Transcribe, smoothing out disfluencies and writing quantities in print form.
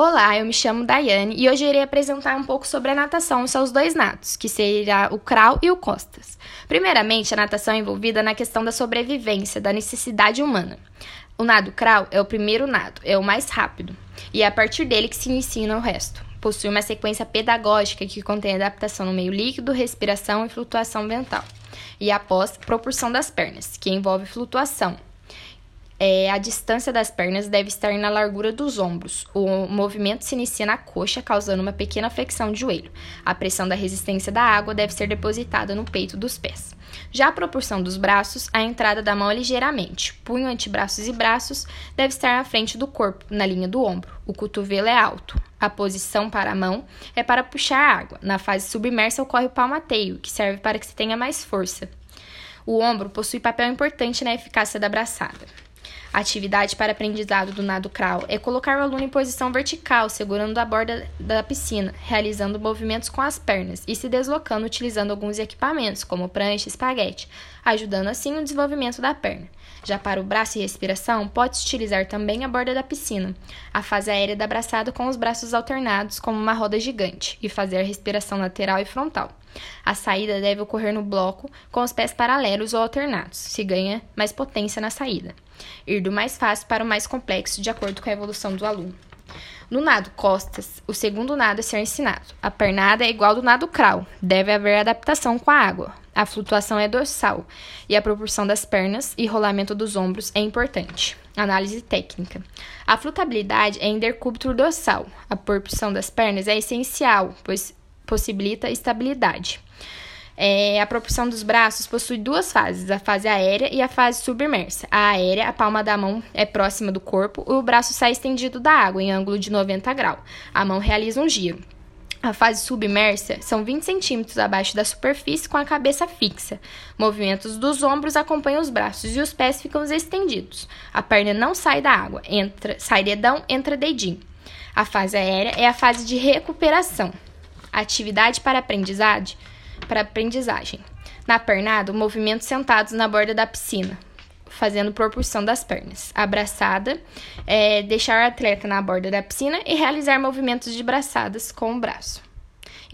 Olá, eu me chamo Daiane e hoje eu irei apresentar um pouco sobre a natação e seus dois nados, que será o crawl e o costas. Primeiramente, a natação é envolvida na questão da sobrevivência, da necessidade humana. O nado crawl é o primeiro nado, é o mais rápido, e é a partir dele que se ensina o resto. Possui uma sequência pedagógica que contém adaptação no meio líquido, respiração e flutuação mental. E após, propulsão das pernas, que envolve flutuação. A distância das pernas deve estar na largura dos ombros. O movimento se inicia na coxa, causando uma pequena flexão de joelho. A pressão da resistência da água deve ser depositada no peito dos pés. Já a propulsão dos braços, a entrada da mão é ligeiramente. Punho, antebraços e braços deve estar na frente do corpo, na linha do ombro. O cotovelo é alto. A posição para a mão é para puxar a água. Na fase submersa ocorre o palmateio, que serve para que se tenha mais força. O ombro possui papel importante na eficácia da braçada. A atividade para aprendizado do nado crawl é colocar o aluno em posição vertical, segurando a borda da piscina, realizando movimentos com as pernas e se deslocando utilizando alguns equipamentos, como prancha e espaguete, ajudando assim o desenvolvimento da perna. Já para o braço e respiração, pode-se utilizar também a borda da piscina, a fase aérea da braçada com os braços alternados como uma roda gigante e fazer a respiração lateral e frontal. A saída deve ocorrer no bloco com os pés paralelos ou alternados, se ganha mais potência na saída. Ir do mais fácil para o mais complexo, de acordo com a evolução do aluno. No nado costas, o segundo nado a ser ensinado. A pernada é igual ao do nado crawl, deve haver adaptação com a água. A flutuação é dorsal e a propulsão das pernas e rolamento dos ombros é importante. Análise técnica. A flutabilidade é em decúbito dorsal. A propulsão das pernas é essencial, pois possibilita estabilidade. A propulsão dos braços possui duas fases, a fase aérea e a fase submersa. A aérea, a palma da mão é próxima do corpo e o braço sai estendido da água em ângulo de 90 graus. A mão realiza um giro. A fase submersa são 20 centímetros abaixo da superfície com a cabeça fixa. Movimentos dos ombros acompanham os braços e os pés ficam estendidos. A perna não sai da água, sai dedão, entra dedinho. A fase aérea é a fase de recuperação. A atividade para aprendizagem. Na pernada, movimentos sentados na borda da piscina, fazendo propulsão das pernas. A braçada é deixar o atleta na borda da piscina e realizar movimentos de braçadas com o braço.